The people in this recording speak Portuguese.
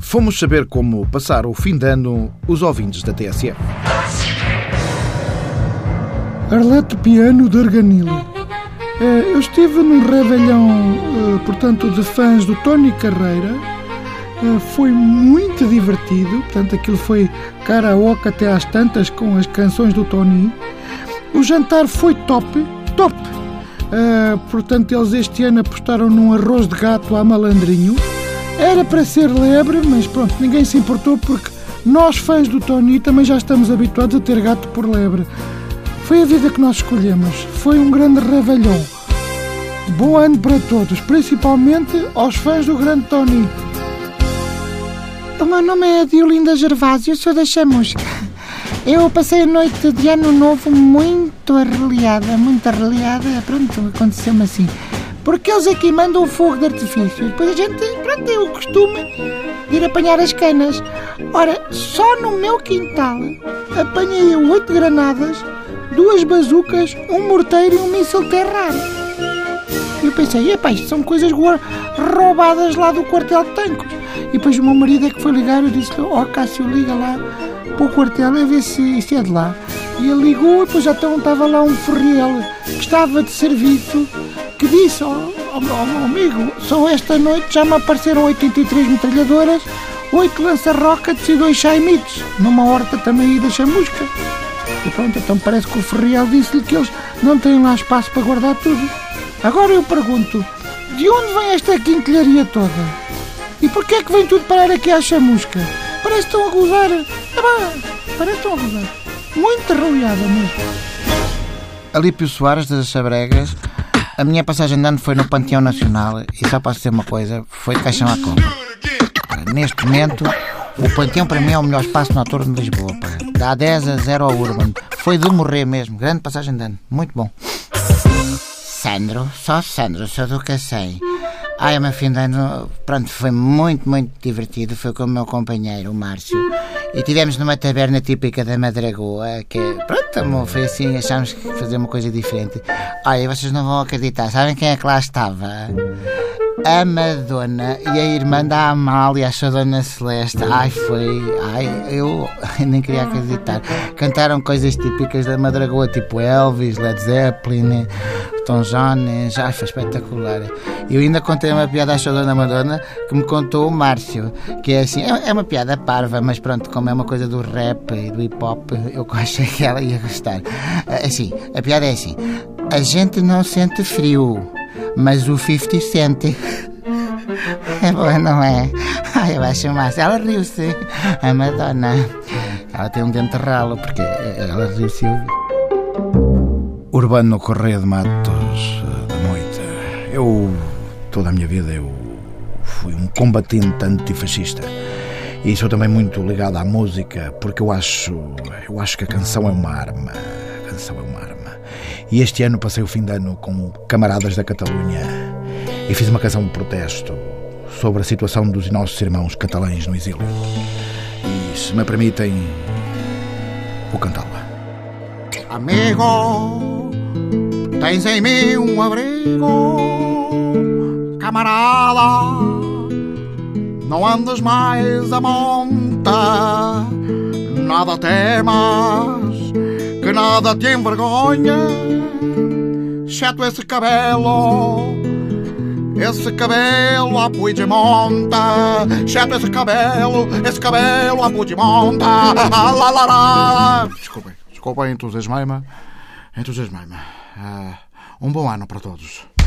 Fomos saber como passar o fim de ano os ouvintes da TSF. Arlete Piano de Arganil. Eu estive num revelhão, portanto, de fãs do Tony Carreira. Foi muito divertido. Portanto, aquilo foi karaoke até às tantas com as canções do Tony. O jantar foi top. Portanto, eles este ano apostaram num arroz de gato à malandrinho. Era para ser lebre, mas pronto, ninguém se importou porque nós, fãs do Tony, também já estamos habituados a ter gato por lebre. Foi a vida que nós escolhemos. Foi um grande revelhão. Bom ano para todos, principalmente aos fãs do grande Tony. O meu nome é Diolinda Gervásio, sou da Chamusca. Eu passei a noite de ano novo muito arreliada. Pronto, aconteceu-me assim. Porque eles aqui mandam um fogo de artifício e depois a gente, tem o costume de ir apanhar as canas. Ora, só no meu quintal apanhei 8 granadas, 2 bazucas, um morteiro e um míssil terrar. E eu pensei, isto são coisas roubadas lá do quartel de tanques. E depois o meu marido é que foi ligar e disse-lhe, Cássio, liga lá para o quartel a ver se é de lá. E ele ligou e depois já estava lá um ferriel que estava de serviço, que disse, meu amigo, só esta noite já me apareceram 83 metralhadoras, 8 lança-rockets e 2 chaimites, numa horta também aí da Chamusca. E pronto, então parece que o ferriel disse-lhe que eles não têm lá espaço para guardar tudo. Agora eu pergunto, de onde vem esta quinquilharia toda? E porquê é que vem tudo parar aqui à Chamusca? Parece que estão a gozar. Parece que estão a gozar. Muito arreliada mesmo. Alípio Soares, das Sabregas. A minha passagem de ano foi no Panteão Nacional e só posso dizer uma coisa, foi caixão à cobra. Neste momento, o Panteão para mim é o melhor espaço noturno de Lisboa. Dá 10 a 0 ao Urban. Foi de morrer mesmo. Grande passagem de ano. Muito bom. Sandro, sou do Cacém. O meu fim de ano, pronto, foi muito divertido. Foi com o meu companheiro, o Márcio. E tivemos numa taberna típica da Madragoa, que, pronto, foi assim, achámos que fazer uma coisa diferente. Vocês não vão acreditar, sabem quem é que lá estava? A Madonna e a irmã da Amália, a Dona Celeste. Eu nem queria acreditar. Cantaram coisas típicas da Madragoa, tipo Elvis, Led Zeppelin, Tom Jones. Foi espetacular. Eu ainda contei uma piada à Dona Madonna que me contou o Márcio, que é assim, é uma piada parva, mas pronto, como é uma coisa do rap e do hip hop, eu achei que ela ia gostar. Assim, a piada é assim: a gente não sente frio, mas o 50 sente. É boa, não é? Eu acho massa. Ela riu-se, a Madonna. Ela tem um dente ralo, porque ela riu-se. Urbano Correia de Matos, da Moita. Toda a minha vida, fui um combatente antifascista. E sou também muito ligado à música, porque eu acho que a canção é uma arma. E este ano passei o fim de ano com camaradas da Catalunha e fiz uma canção de protesto sobre a situação dos nossos irmãos catalães no exílio. E, se me permitem, vou cantá-la. Amigo, tens em mim um abrigo, camarada, não andes mais a monta, nada temas, que nada te envergonha, exceto esse cabelo a Puigdemonta, exceto esse cabelo a Puigdemonta. Desculpem, entusiasmei-me. Um bom ano para todos.